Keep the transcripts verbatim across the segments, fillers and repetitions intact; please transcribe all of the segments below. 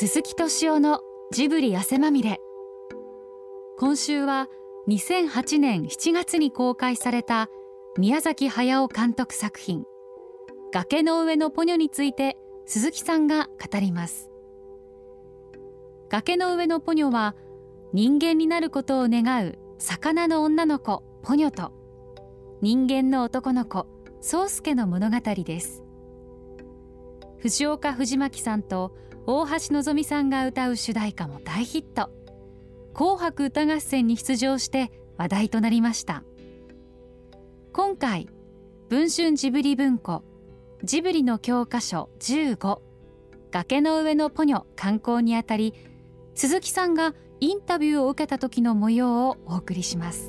鈴木敏夫のジブリ汗まみれ。今週はにせんはちねんしちがつに公開された宮崎駿監督作品崖の上のポニョについて鈴木さんが語ります。崖の上のポニョは人間になることを願う魚の女の子ポニョと人間の男の子宗介の物語です。藤岡藤巻さんと大橋のぞみさんが歌う主題歌も大ヒット。紅白歌合戦に出場して話題となりました。今回文春ジブリ文庫ジブリの教科書じゅうご崖の上のポニョ刊行にあたり、鈴木さんがインタビューを受けた時の模様をお送りします。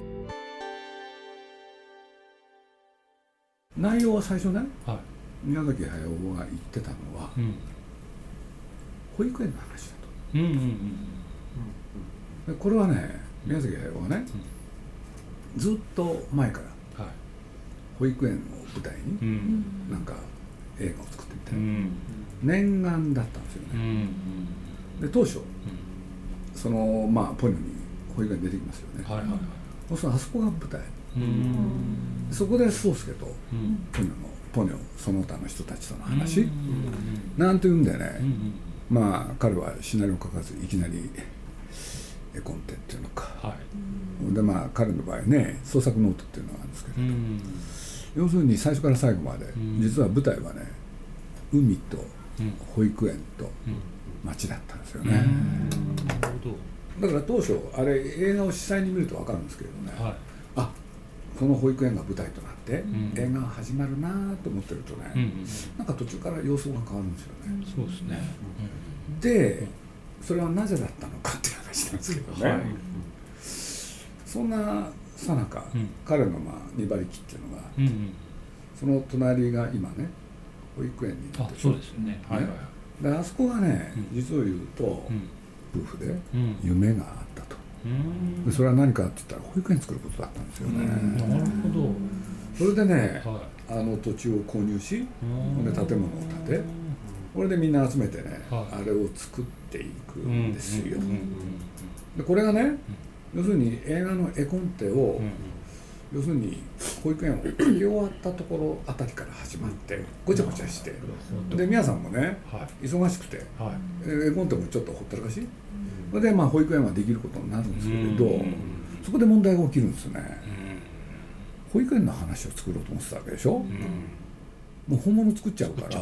内容は最初ね、 はい、 宮崎駿が言ってたのは、うん、保育園の話だと、うんうんうん、でこれはね宮崎駿はね、うん、ずっと前から、はい、保育園を舞台に、うん、なんか映画を作ってみたいな、うん、念願だったんですよね、うん、で当初、うん、そのまあポニョに保育園出てきますよね、はいはいはい、そうするとあそこが舞台、うん、そこで宗介とポニョのポニョその他の人たちとの話、うん、なんていうんでね、うん、まあ彼はシナリオを書かずいきなり絵コンテっていうのか、はい、でまあ彼の場合ね創作ノートっていうのがあるんですけれど、うん、要するに最初から最後まで、うん、実は舞台はね海と保育園と町だったんですよね、うん、なるほど。だから当初あれ映画を実際に見ると分かるんですけれどね、はい、あこの保育園が舞台となって、うん、映画が始まるなと思ってるとね、うん、なんか途中から様相が変わるんですよね、うん、そうですね、うん、でそれはなぜだったのかっていう話なんですけどね、はい、そんなさなか、うん、彼のまあにばりきっていうのが、うんうん、その隣が今ね保育園になってる。あ、そうですよね、はいはいはい、であそこがね、うん、実を言うと、うん、夫婦で夢があったと、うん、でそれは何かって言ったら保育園作ることだったんですよね、うん、なるほど。それでね、はい、あの土地を購入し、で建物を建て、これでみんな集めてね、はい、あれを作っていくんですよ、うんうんうん、でこれがね、うん、要するに映画の絵コンテを、うん、要するに保育園を描き終わったところあたりから始まってごちゃごちゃして、うん、で皆さんもね、はい、忙しくて、はい、絵コンテもちょっとほったらかし、それでまあ保育園はできることになるんですけれど、うん、そこで問題が起きるんですよね、うん、保育園の話を作ろうと思ってたわけでしょ、うん、もう本物作っちゃうから、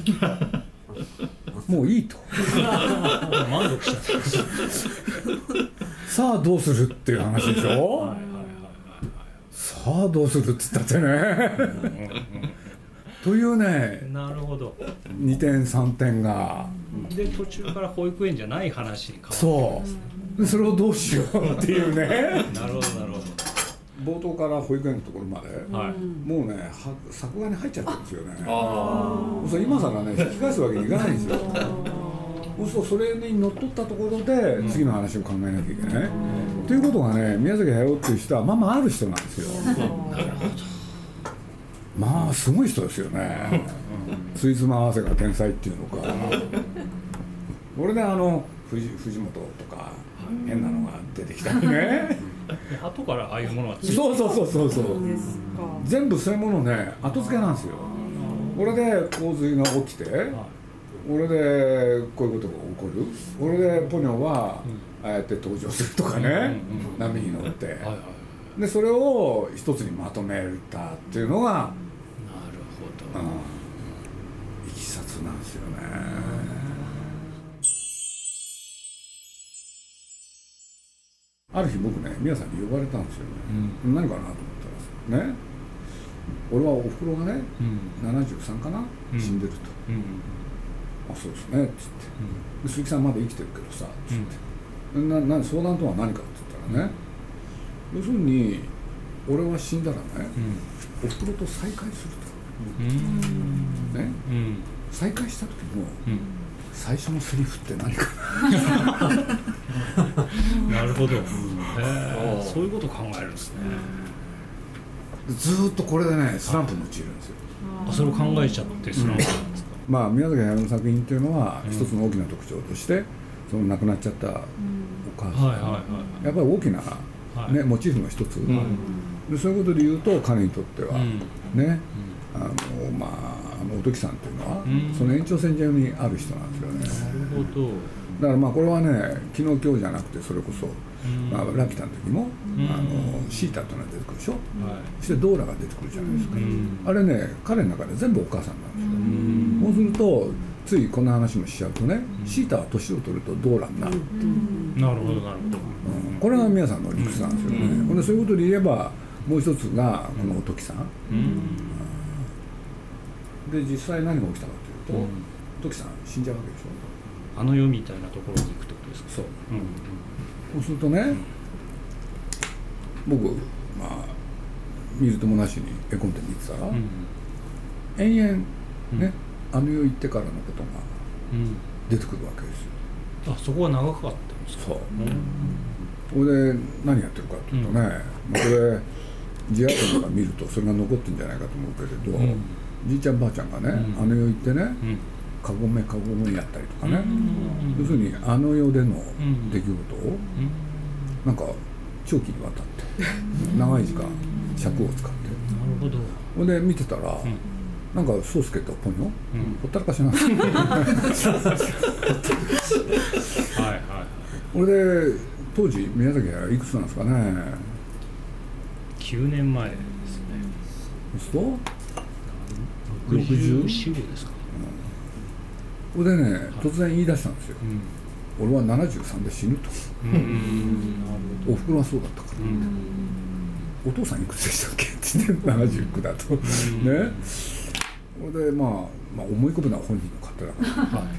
うん、もういいと満足しちゃったさあどうするっていう話でしょ、はいはいはいはい、さあどうするって言ったってねというね、なるほど、にてんさんてんがで途中から保育園じゃない話に変わってそうでそれをどうしようっていうねなるほどなるほど。 冒頭から保育園のところまで、はい、もうね作画に入っちゃってるんですよね。あそう今更ね引き返すわけにいかないんですよそうするとそれにのっとったところで次の話を考えなきゃいけない、うん、ということがね宮崎駿っていう人はまあまあある人なんですよ、うん、なるほど。まあすごい人ですよねついつま合わせが天才っていうのかこれであの 藤, 藤本とか変なのが出てきたりね後からああいうものがついてそうそうそうそうそう全部そういうものね後付けなんですよ。これで洪水が起きて、これでこういうことが起こる、これでポニョはああやって登場するとかね、波に乗ってでそれを一つにまとめたっていうのがなるほど、うん、いきさつなんですよね。ある日僕ね宮さんに呼ばれたんですよね、うん、何かなと思ったらね俺はおふくろがね、うん、ななじゅうさんかな、うん、死んでると、うん、あそうですねっつって、うん、鈴木さんまだ生きてるけどさっつって、うん、なな相談とは何かって言ったらね、うん、要するに俺は死んだらね、うん、おふくろと再会すると、うんねうん、再会した時の、うん最初のセリフって何かななるほど、へそういうことを考えるんですね。 ずっとこれでねスランプに陥るんですよ。 あ、それを考えちゃってスランプなんですか。 まあ、宮崎駿の作品っていうのは一つの大きな特徴として、その亡くなっちゃったお母さん、はいはいはい、やっぱり大きな、ね、モチーフの一つ、はい、でそういうことで言うと彼にとっては、うん、ね、うん、あのまああのおときさんっていうのは、うん、その延長線上にある人なんですよね。なるほど。だからまあこれはね昨日今日じゃなくてそれこそ、うん、まあ、ラピュタの時も、うん、あのシータっていうのが出てくるでしょ、はい、そしてドーラが出てくるじゃないですか、うん、あれね彼の中で全部お母さんなんですよ、うん、そうするとついこんな話もしちゃうとね、うん、シータは年を取るとドーラになる、うん、 なるほどなるほど、 うん、これが皆さんの理屈なんですよね、うん、でそういうことで言えばもう一つがこのおときさん、うんうん、で実際何が起きたかというと、うん、おときさん死んじゃうわけでしょ。 あの世みたいなところに行くってことですか。そう、 うん、そうするとね、うん、僕まあ見るともなしに絵コンテ見てたら、うん、延々ね、うん、あの世行ってからのことが出てくるわけですよ、 うん、あそこは長かったんですか。そう、 それで何やってるかっていうとね、うん、まあ、これジアートとか見るとそれが残ってるんじゃないかと思うけれど、うん、じいちゃんばあちゃんがね、うん、あの世行ってね、うん、カゴメカゴメやったりとかね、うん、要するにあの世での出来事を、うん、なんか長期にわたって長い時間尺を使って、なるほど。ほんで見てたら、うん、なんか宗介とポニョ、うん、ほったらかしなんですよはいはい。これで当時宮崎はいくつなんですかね。 きゅうねんまえですね。 そうするとろくじゅうよんですか。これでね、突然言い出したんですよ、うん、俺はななじゅうさんで死ぬと、うん、おふくろはそうだったから、うん、お父さんいくつでしたっけって言ってななじゅうきゅうだと、うん、ね。これで、まあ、まあ思い込むのは本人の勝手だから、はい、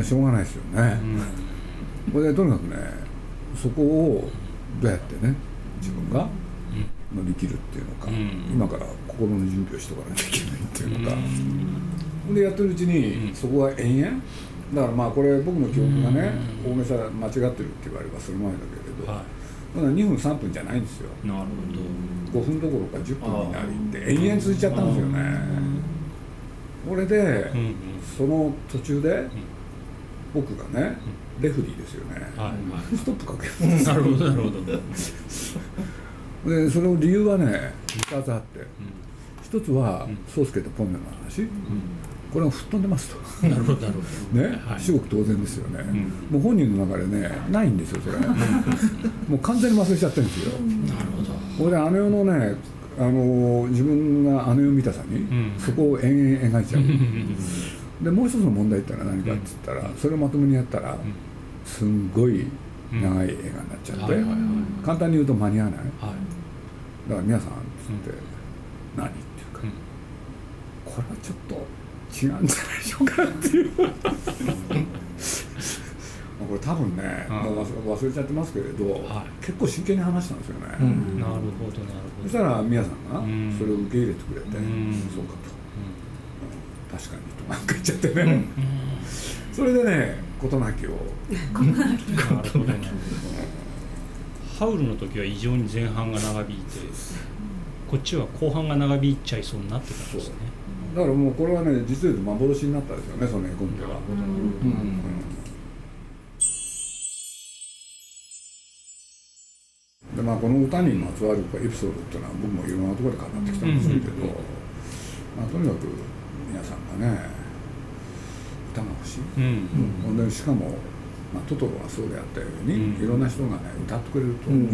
しょうがないですよね、うん、これでとにかくねそこをどうやってね自分が乗り切るっていうのか、うん、今から心の準備をしとかなきゃいけないっていうのか、うん、でやってるうちに、うん、そこは延々だからまあこれ僕の記憶がね、うん、大げさ間違ってるって言われればそれまでだけれど、はい、まだにふんさんぷんじゃないんですよ。なるほど。ごふんどころかじゅっぷんになりって延々続いちゃったんですよね。これで、うん、その途中で、うん、僕がね、うん、レフリーですよね、はい、ストップかけるんですよ。なるほどなるほどでその理由はねふたつあって、うん、ひとつは宗介とポンネの話、うん、これは吹っ飛んでますとなるほどなるほどね、はい、至極当然ですよね、うん、もう本人の中でねないんですよそれもう完全に忘れちゃってるんですよ。なるほど。これであの世のねあの自分があの世見たさに、うん、そこを延々描いちゃうでもう一つの問題ってのは何かって言ったら、うん、それをまともにやったら、うん、すんごい長い映画になっちゃって、うん、簡単に言うと間に合わない、はい、だから皆さんっつって、うん、何っていうか、うん、これはちょっと違うんじゃないでしょうかっていうこれ多分ね、もう忘れちゃってますけれど、はい、結構真剣に話したんですよね、うん、なるほどなるほど。そしたら宮さんがそれを受け入れてくれて、うん、そうかと、うん、確かにとなんか言っちゃってね、うん、それでね事なきをなるほどねハウルの時は異常に前半が長引いてこっちは後半が長引いちゃいそうになってたんですね。 だからもうこれはね実は言うと幻になったんですよねその絵コンテは。でまあ、この歌にまつわるエピソードっていうのは僕もいろんなところで語ってきたんですけど、うんうん、まあ、とにかく皆さんがね歌が欲しい、うんうん、でしかも、まあ、トトロはそうであったように、うん、いろんな人がね歌ってくれると、うんうん、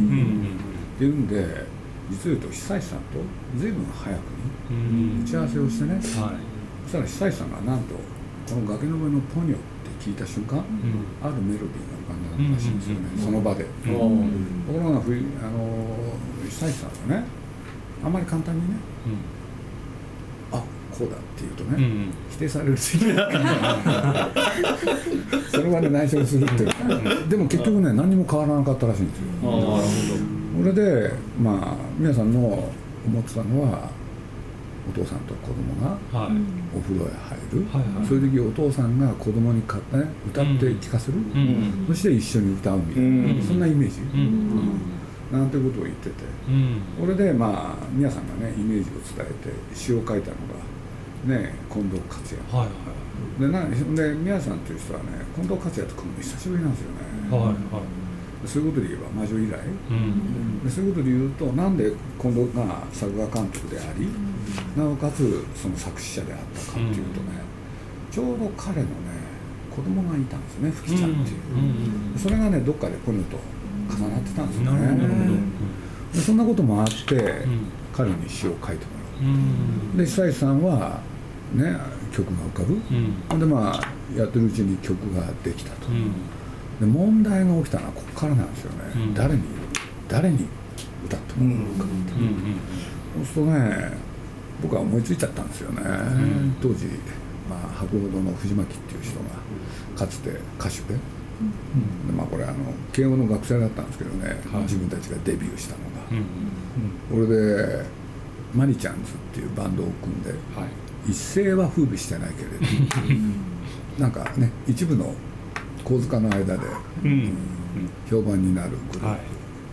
っていうんで実を言うと久石さんと随分早くに打ち合わせをしてね、うん、そしたら久石さんがなんとこの崖の上のポニョって聞いた瞬間、うん、あるメロディーが浮かんだらしいんですよね、うん、その場で、うん、ところがあの久石さんはねあんまり簡単にね、うん、あこうだって言うとね、うん、否定されるしそれまで内緒にするっていうか、でも結局ね何にも変わらなかったらしいんですよ。なるほど。それでまあ皆さんの思ってたのはお父さんと子供がお風呂へ入る、はいはい、そういう時お父さんが子供にか、ね、歌って聴かせる、うん、そして一緒に歌うみたいな、うん、そんなイメージ、うんうん、 なんてことを言ってて、うん、これでまあ皆さんがねイメージを伝えて詩を書いたのがね近藤克也、はいはい、でなで宮さんという人はね近藤克也と組むの久しぶりなんですよね、はいはい、そういうことで言えば魔女以来、うん、でそういうことで言うとなんで近藤が作画監督であり、うん、なおかつその作詞者であったかっていうとね、うん、ちょうど彼のね子供がいたんですね、ふきちゃんっていう、うんうん、それがねどっかでポニョと重なってたんですよね、うん、でそんなこともあって、うん、彼に詩を書いてもらう、うん、で久石さんはね曲が浮かぶ、うん、でまあやってるうちに曲ができたと、うん、で問題が起きたのはここからなんですよね、うん、誰に誰に歌ってもらうかって、うんうん、そうするとね僕は思いついちゃったんですよね、うん、当時、まあ、博報堂の藤巻っていう人がかつて歌手で、うんでまあ、これあの慶応の学生だったんですけどね、はい、自分たちがデビューしたのが、うんうん、これでマリちゃんズっていうバンドを組んで、はい、一世は風靡してないけれどなんかね一部の神塚の間で、うんうん、評判になるグループ、はい、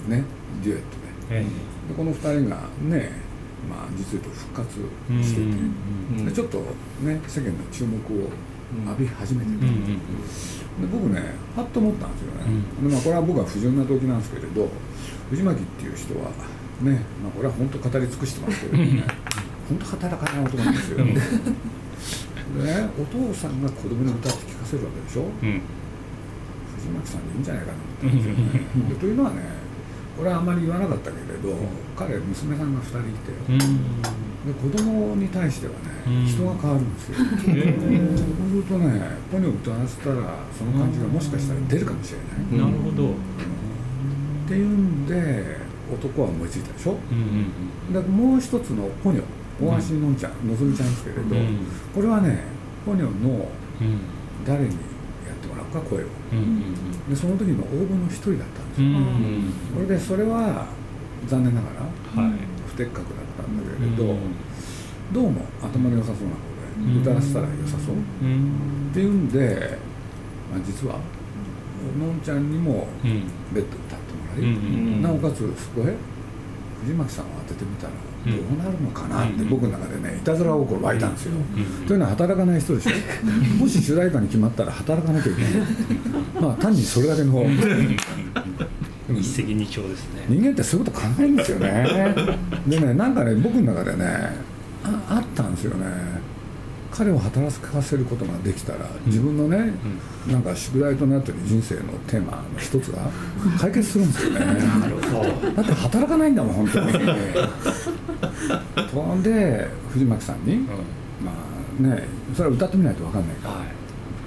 ねデュエットで、はい、でこのふたりがねまあ実は復活してて、うんうん、でちょっとね世間の注目を浴び始めてた、うんうん、で僕ねパッと思ったんですよね、うん、でまあ、これは僕は不純な動機なんですけれど藤巻っていう人はね、まあ、これは本当語り尽くしてますけれどね本当働かない男なんですよ、ね、でねお父さんが子供に歌って聴かせるわけでしょ、うん、藤巻さんでいいんじゃないかなと思ったんですよねでというのはねこれはあんまり言わなかったけれど、うん、彼娘さんがふたりいて、うん、で子供に対してはね、うん、人が変わるんですよ、そうするとねポニョを歌わせたらその感じがもしかしたら出るかもしれない、 うん、なるほど、うん、 っていうんで男は思いついたでしょ、うんうん、でもう一つのポニョ大橋のんちゃん、のぞみちゃんですけれど、うん、これはねポニョの誰にやってもらうか声を、うん、でその時の応募の一人だったんですよ、うん、これでそれは残念ながら、はい、不適格だったんだけれど、うん、どうも頭の良さそうな子で、うん、歌わせたら良さそう、うん、っていうんで、まあ、実はのんちゃんにも別途歌ってもらい、うん、なおかつそこへ藤巻さんを当ててみたらどうなるのかなって僕の中でねいたずら心湧いたんですよ、うん、というのは働かない人でしょもし主題歌に決まったら働かなきゃいけないまあ単にそれだけの一石二鳥ですね。 人間ってそういうこと考えるんですよねでねなんかね僕の中でね あ, あったんですよね彼を働かせることができたら自分のね、うん、なんか宿題となっている人生のテーマの一つが解決するんですよねだって働かないんだもん本当にとんで藤巻さんに、うん、まあねそれは歌ってみないと分かんないから、はい、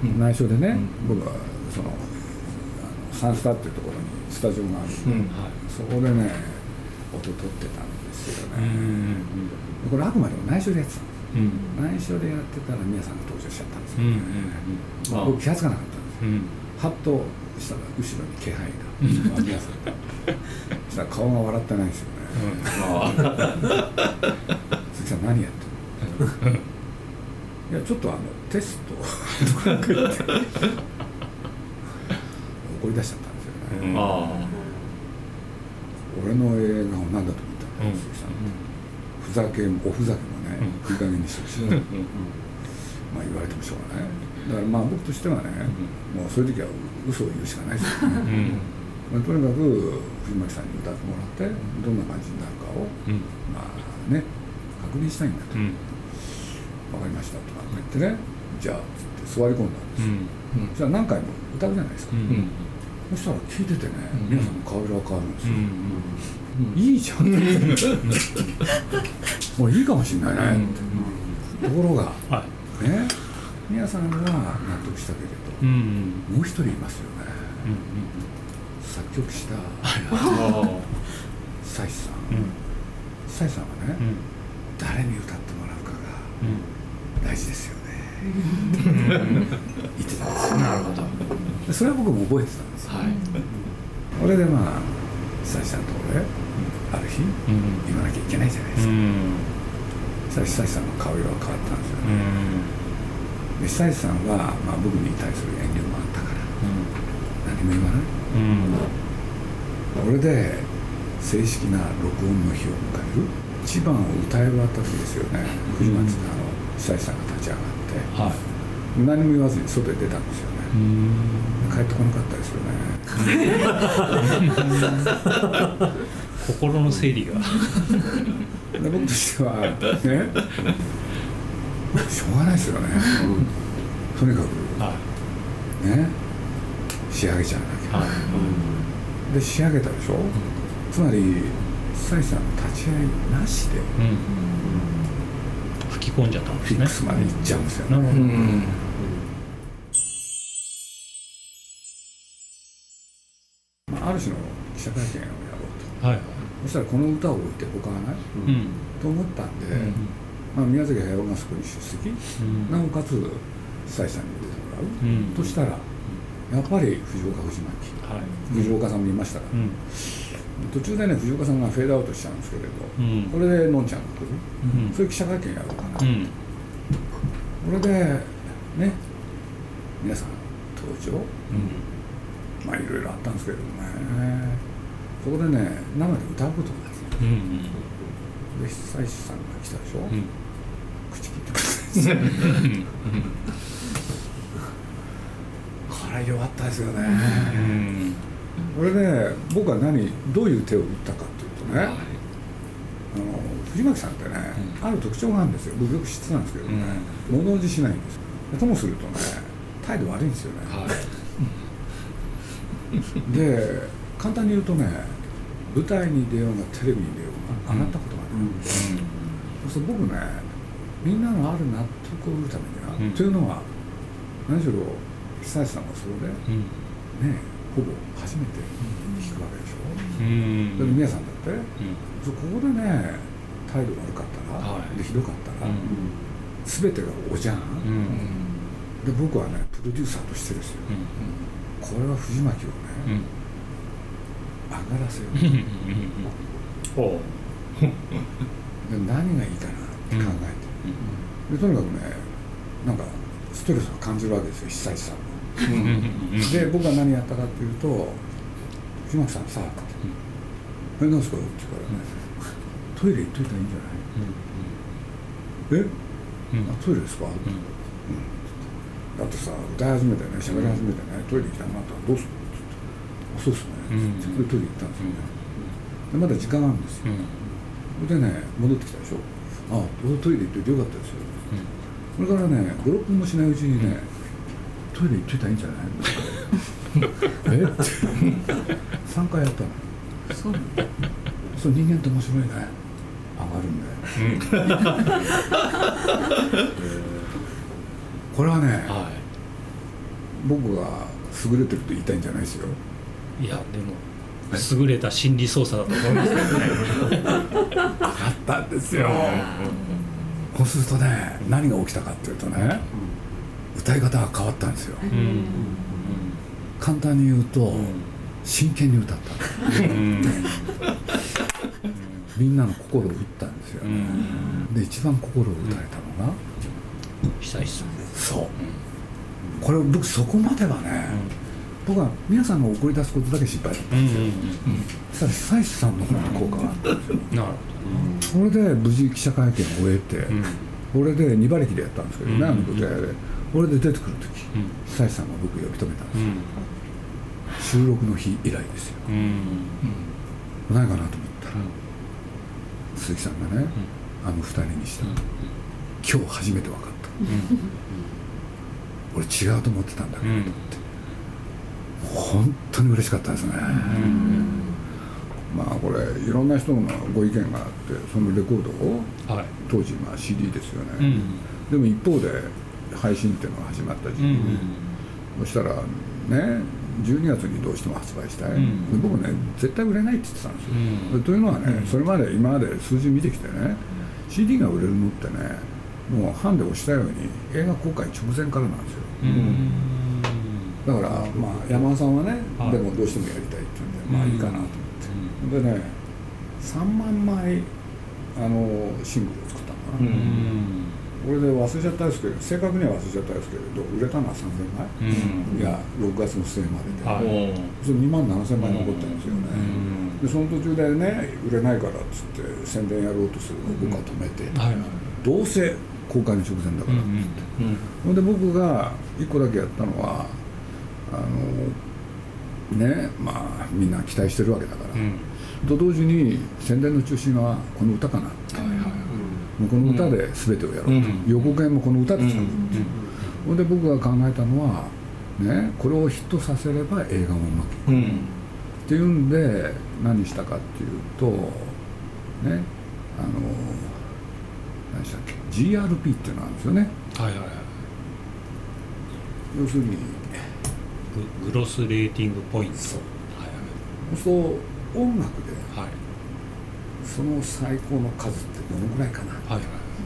内緒でね、うん、僕はそのサンスタっていうところにスタジオがあるんで、うんはい、そこでね音取ってたんですよね、うん、これあくまでも内緒でやってたんですうん、内緒でやってたら宮さんが登場しちゃったんですよね、うんうんうん、僕気が付かなかったんです、うん、はっとしたら後ろに気配が、うん、宮さんがそしたら顔が笑ってないんですよね、うん、鈴木さん何やってるのいやちょっとあのテストとか言って怒り出しちゃったんですよね、うん、あ俺の映画を何だと思ったの、うん、鈴木さん、うん、ふざけおふざけもね、いい加減にしてほしい、うん、まあ言われてもしょうがないだからまあ僕としてはね、うん、もうそういう時は嘘を言うしかないですよね、うんまあ、とにかく藤巻さんに歌ってもらってどんな感じになるかを、うん、まあね確認したいんだと、うん、分かりましたとか言ってねじゃあつって座り込んだんですよ、うん、じゃあ何回も歌うじゃないですか、うん、そしたら聞いててね、うん、皆さんの顔色が変わるんですよ、うんうん、いいじゃんもういいかもしれないねって、うん、ところが、はい、ね皆さんは納得したけれど、うんうん、もう一人いますよね、うんうん、作曲した久石さん、うん、久石さんはね、うん、誰に歌ってもらうかが大事ですよね、うん、言ってたんですよ。なるほど。それは僕も覚えてたんですよ、はい、これでまあ久石さんと俺ある日、うん、言わなきゃいけないじゃないですか、うん、そしたら久石さんの顔色が変わったんですよね、うん、で久石さんは、まあ、僕に対する遠慮もあったから、うん、何も言わない、うん、これで正式な録音の日を迎える。一番を歌い終わった時ですよね、藤巻さん、あの久石さんが立ち上がって、はい、何も言わずに外へ出たんですよね。うーん、帰ってこなかったですよね。 心の整理がで僕としてはね、しょうがないですよね、うん、とにかく、はい、ね、仕上げちゃうだけ、はい、うん、で仕上げたでしょ、うん、つまり久石さんの立ち会いなしで、うん、 吹き込んじゃったんですね。 フィックスまで行っちゃうんですよね。 なるほど、うん、 まあ、ある種の記者会見をやろうと、はい、そしたらこの歌を置いて他はない、うん、と思ったんで、うん、まあ、宮崎駿がそこに出席、うん、なおかつ久石さんに出てもらう、うん、としたらやっぱり藤岡藤巻、はい、藤岡さんもいましたから、うん、途中でね藤岡さんがフェードアウトしちゃうんですけれど、うん、これでのんちゃんが来る、うん、そういう記者会見やろうかな、うん、これでね皆さん登場、うん、まあいろいろあったんですけれどもね、そこでね生で歌うことになって、うんうん、で久石さんが来たでしょ、うん、口切ってくださいこれ弱かったですよね、うん、これで僕は何どういう手を打ったかというとね、はい、あの藤巻さんってね、うん、ある特徴があるんですよ。僕よく知ってたんですけどね、うん、物おじしないんですよ。ともするとね態度悪いんですよね、はい、で簡単に言うとね舞台に出ようがテレビに出ようが上がったことがない、うんうん、そうすると僕ねみんなのある納得を得るためには、うん、というのは何しろ久石さんがそれで、うん、ねほぼ初めて聞くわけでしょ、うん、で宮さんだって、うん、ここでね態度悪かったら、はい、でひどかったら、うん、全てがおじゃん、うん、で僕はねプロデューサーとしてですよ、うん、これは藤巻をね、うん、上がらせようと、うん、で何がいいかなって考えて、うん、でとにかくねなんかストレスを感じるわけですよ久石さんも。で僕は何やったかっていうと「藤巻さんさ」って「え、何ですか?」って言うからね「トイレ行っといたらいいんじゃない?」え、あトイレですか?」って、うん、だってさ歌い始めてね喋り始めてねトイレ行きたくなったらどうするって言って「あそうっすね」ってでトイレ行ったんですよね。でまだ時間があるんですよ。それでね戻ってきたでしょ。あトイレ行っといてよかったですよ。それからねごろっぷんもしないうちにねトイレ行っといたらいいんじゃないえってさんかいやったの。そうそう人間って面白いね上がるんだよ、うん、これはね、はい、僕が優れてると言いたいんじゃないですよ。 いやでも優れた心理操作だと思いますけどねあったんですよ、こうするとね何が起きたかっていうとね、うん、歌い方が変わったんですよ、うん、簡単に言うと、うん、真剣に歌った、うん、みんなの心を打ったんですよね、うん、で一番心を打たれたのが久石さん。 そう、うん、これ僕そこまではね、うん、僕は皆さんが送り出すことだけ心配だったんですよ、うんうんうん、そしたら久石さんの方に効果があったんですよ。なるほど、それで無事記者会見を終えて、うん、これでに馬力でやったんですけどね、うん、あの舞台でこれで出てくるとき、うん、久石さんが僕を呼び止めたんですよ、うん、収録の日以来ですよ、うんうん、何かなと思ったら、うん、鈴木さんがね、うん、あのふたりにした、うん、今日初めて分かった、うん、俺違うと思ってたんだけどと思って、うん、本当に嬉しかったですね、うん、まあこれいろんな人のご意見があってそのレコードを、はい、当時まあ シーディー ですよね、うん、でも一方で配信っていうのが始まった時期に、うん、そしたらねじゅうにがつにどうしても発売したい、うん、僕ね絶対売れないって言ってたんですよ、うん、というのはね、うん、それまで今まで数字見てきてね シーディー が売れるのってねもうハンデ押したように映画公開直前からなんですよ、うん、だからまあ山田さんはね、はい、でもどうしてもやりたいって言うんでまあいいかなと思って、うん、でねさんまんまいあのシングルを作ったのかな、うん、これで忘れちゃったんですけど正確には忘れちゃったんですけれど売れたのはさんぜんまい、うん、いやろくがつの末までで、はい、それにまんななせんまい残ってるんですよね、 でその途中でね売れないからっつって宣伝やろうとするのを僕は止めて、うんはいはい、どうせ公開の直前だからっつって、うんうん、で僕が一個だけやったのはあのねまあみんな期待してるわけだから、うん、と同時に宣伝の中心はこの歌かなって、はいはいはい、もうこの歌で全てをやろうと、うん、予告編もこの歌で作るっていう、うん、で僕が考えたのはねこれをヒットさせれば映画もうまくいく、うんっていうんで何したかっていうとねあの何でしたっけ ジーアールピー っていうのがあるんですよね。はいはいはい。要するにグ, グロスレーティングポイント。そう。 はいはい。そう音楽で、はい、その最高の数ってどのぐらいかな。はいはい。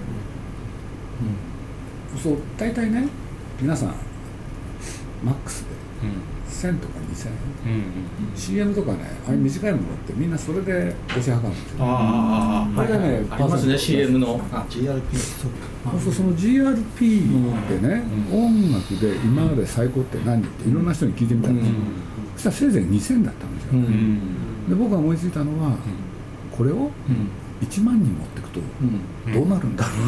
うん。そう大体ね皆さんマックスで。うんせんとかにせんえん、うんうん、シーエム とかねああいう短いものってみんなそれで推し量るんですよ。ああ、これでね、 ありますね シーエム のあ ジーアールピー そうそうその ジーアールピー でね、うん、音楽で今まで最高って何っていろんな人に聞いてみたんですよ、うん、そしたらせいぜいにせんだったんですよ、うん、で僕が思いついたのは、うん、これをいちまんにん持っていくとどうなるんだろ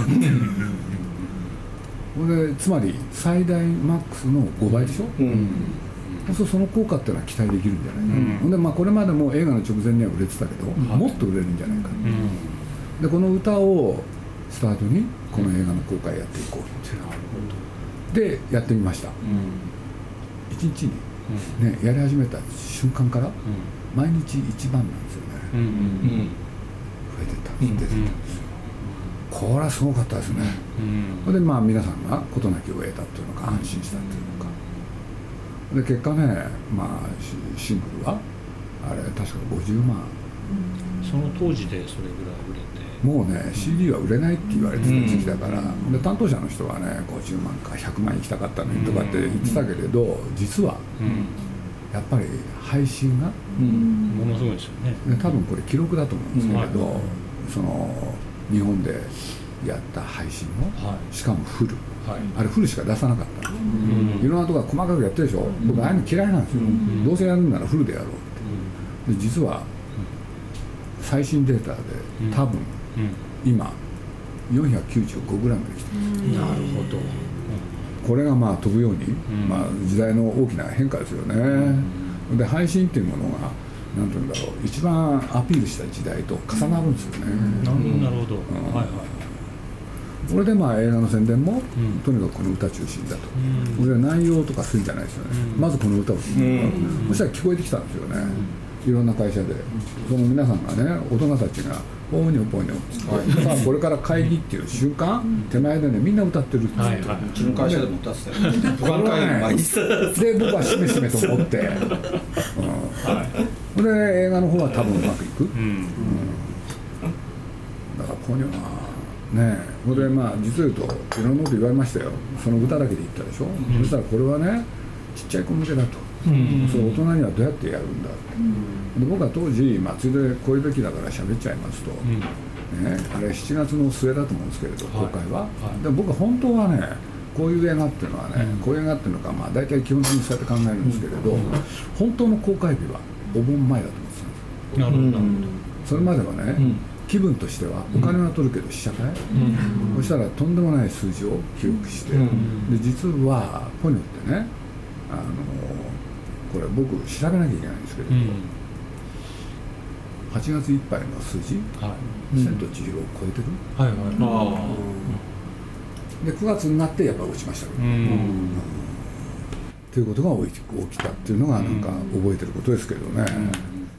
う、うん、でつまり最大マックスのごばいでしょ、うんそうその効果っていうのは期待できるんじゃないか、うん、でまあこれまでも映画の直前には売れてたけど、うん、もっと売れるんじゃないか、うん、でこの歌をスタートにこの映画の公開やっていこうっていう、うん、でやってみました、うん、いちにちに、ね、やり始めた瞬間から、うん、毎日一番なんですよね、うんうん、増えてったんです、出てったんですよ、これはすごかったですね、うん、でまあ皆さんが事なきを得たっていうのか安心したっていうのかで結果ね、まあ、シングルはあれ確かごじゅうまん、 うん、その当時でそれぐらい売れてもうね シーディー は売れないって言われてた時期だから、うん、で担当者の人はねごじゅうまんかひゃくまん行きたかったのにとかって言ってたけれど、うん、実は、うん、やっぱり配信が、 うん、ものすごいですよね。 多分これ記録だと思うんですけれど、うん、その日本でやった配信を、はい、しかもフルはい、あれフルしか出さなかった、うん、いろんなところ細かくやってるでしょ、うん、僕ああいうの嫌いなんですよ、うん、どうせやるんならフルでやろうって、うん、で実は最新データで多分、うん、今 よんひゃくきゅうじゅうごグラム できてます、うん、なるほど、これがまあ飛ぶように、うんまあ、時代の大きな変化ですよね、うん、で配信っていうものがなんていうんだろう一番アピールした時代と重なるんですよね、うん、 なるほど、うんはいはい、 これでまあ映画の宣伝も、うん、とにかくこの歌中心だと、うん、俺は内容とかするんじゃないですよね、うん、まずこの歌を聴いて、うん、そしたら聞こえてきたんですよね、うん、いろんな会社で、その皆さんがね大人たちがポーニョポーニョって、はい、さあこれから会議っていう瞬間、うん、手前でねみんな歌ってるって言って、はいはい、 うちの会社でも歌ってたよね僕はねで僕はしめしめと思って、うんはい、で映画の方は多分うまくいく、うんうん、だからポーニョはねえ、それでまあ実を言うといろんなこと言われましたよ、その歌だけで言ったでしょ、うん、そしたらこれはねちっちゃい子向けだと、うん、それ大人にはどうやってやるんだって、うん、で僕は当時、まあ、ついでこういう時だから喋っちゃいますと、うんね、あれしちがつの末だと思うんですけれど、公開は、はいはい、で僕は本当はねこういう映画っていうのはね、うん、こういう映画っていうのかまあ大体基本的にそうやって考えるんですけれど、うん、本当の公開日はお盆前だと思ってたんですよ。なるほど、うん、それまではね、うん気分としてはお金は取るけど試写会、うん、そしたらとんでもない数字を記録して、うん、で実はポニョってねあのこれ僕調べなきゃいけないんですけれど、うん、はちがついっぱいの数字、はい、千と千尋を超えてる、はいはいあうん、でくがつになってやっぱり落ちましたけど、うんうん、ということが起きたっていうのがなんか覚えてることですけどね、うん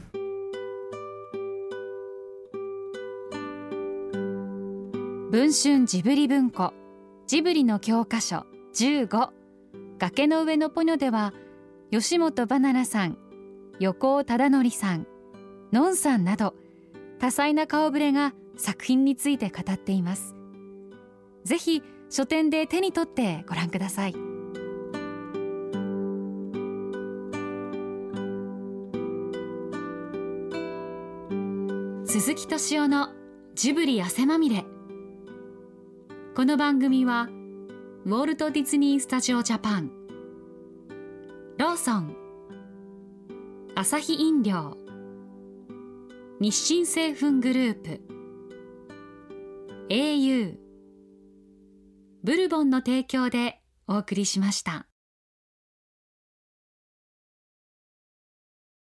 文春ジブリ文庫ジブリの教科書じゅうご崖の上のポニョでは吉本ばななさん、横尾忠則さん、のんさんなど多彩な顔ぶれが作品について語っています。ぜひ書店で手に取ってご覧ください。鈴木敏夫のジブリ汗まみれ。この番組はウォルト・ディズニー・スタジオ・ジャパン、ローソン、アサヒ飲料、 日清製粉グループ、 エーユー、ブルボンの提供でお送りしました。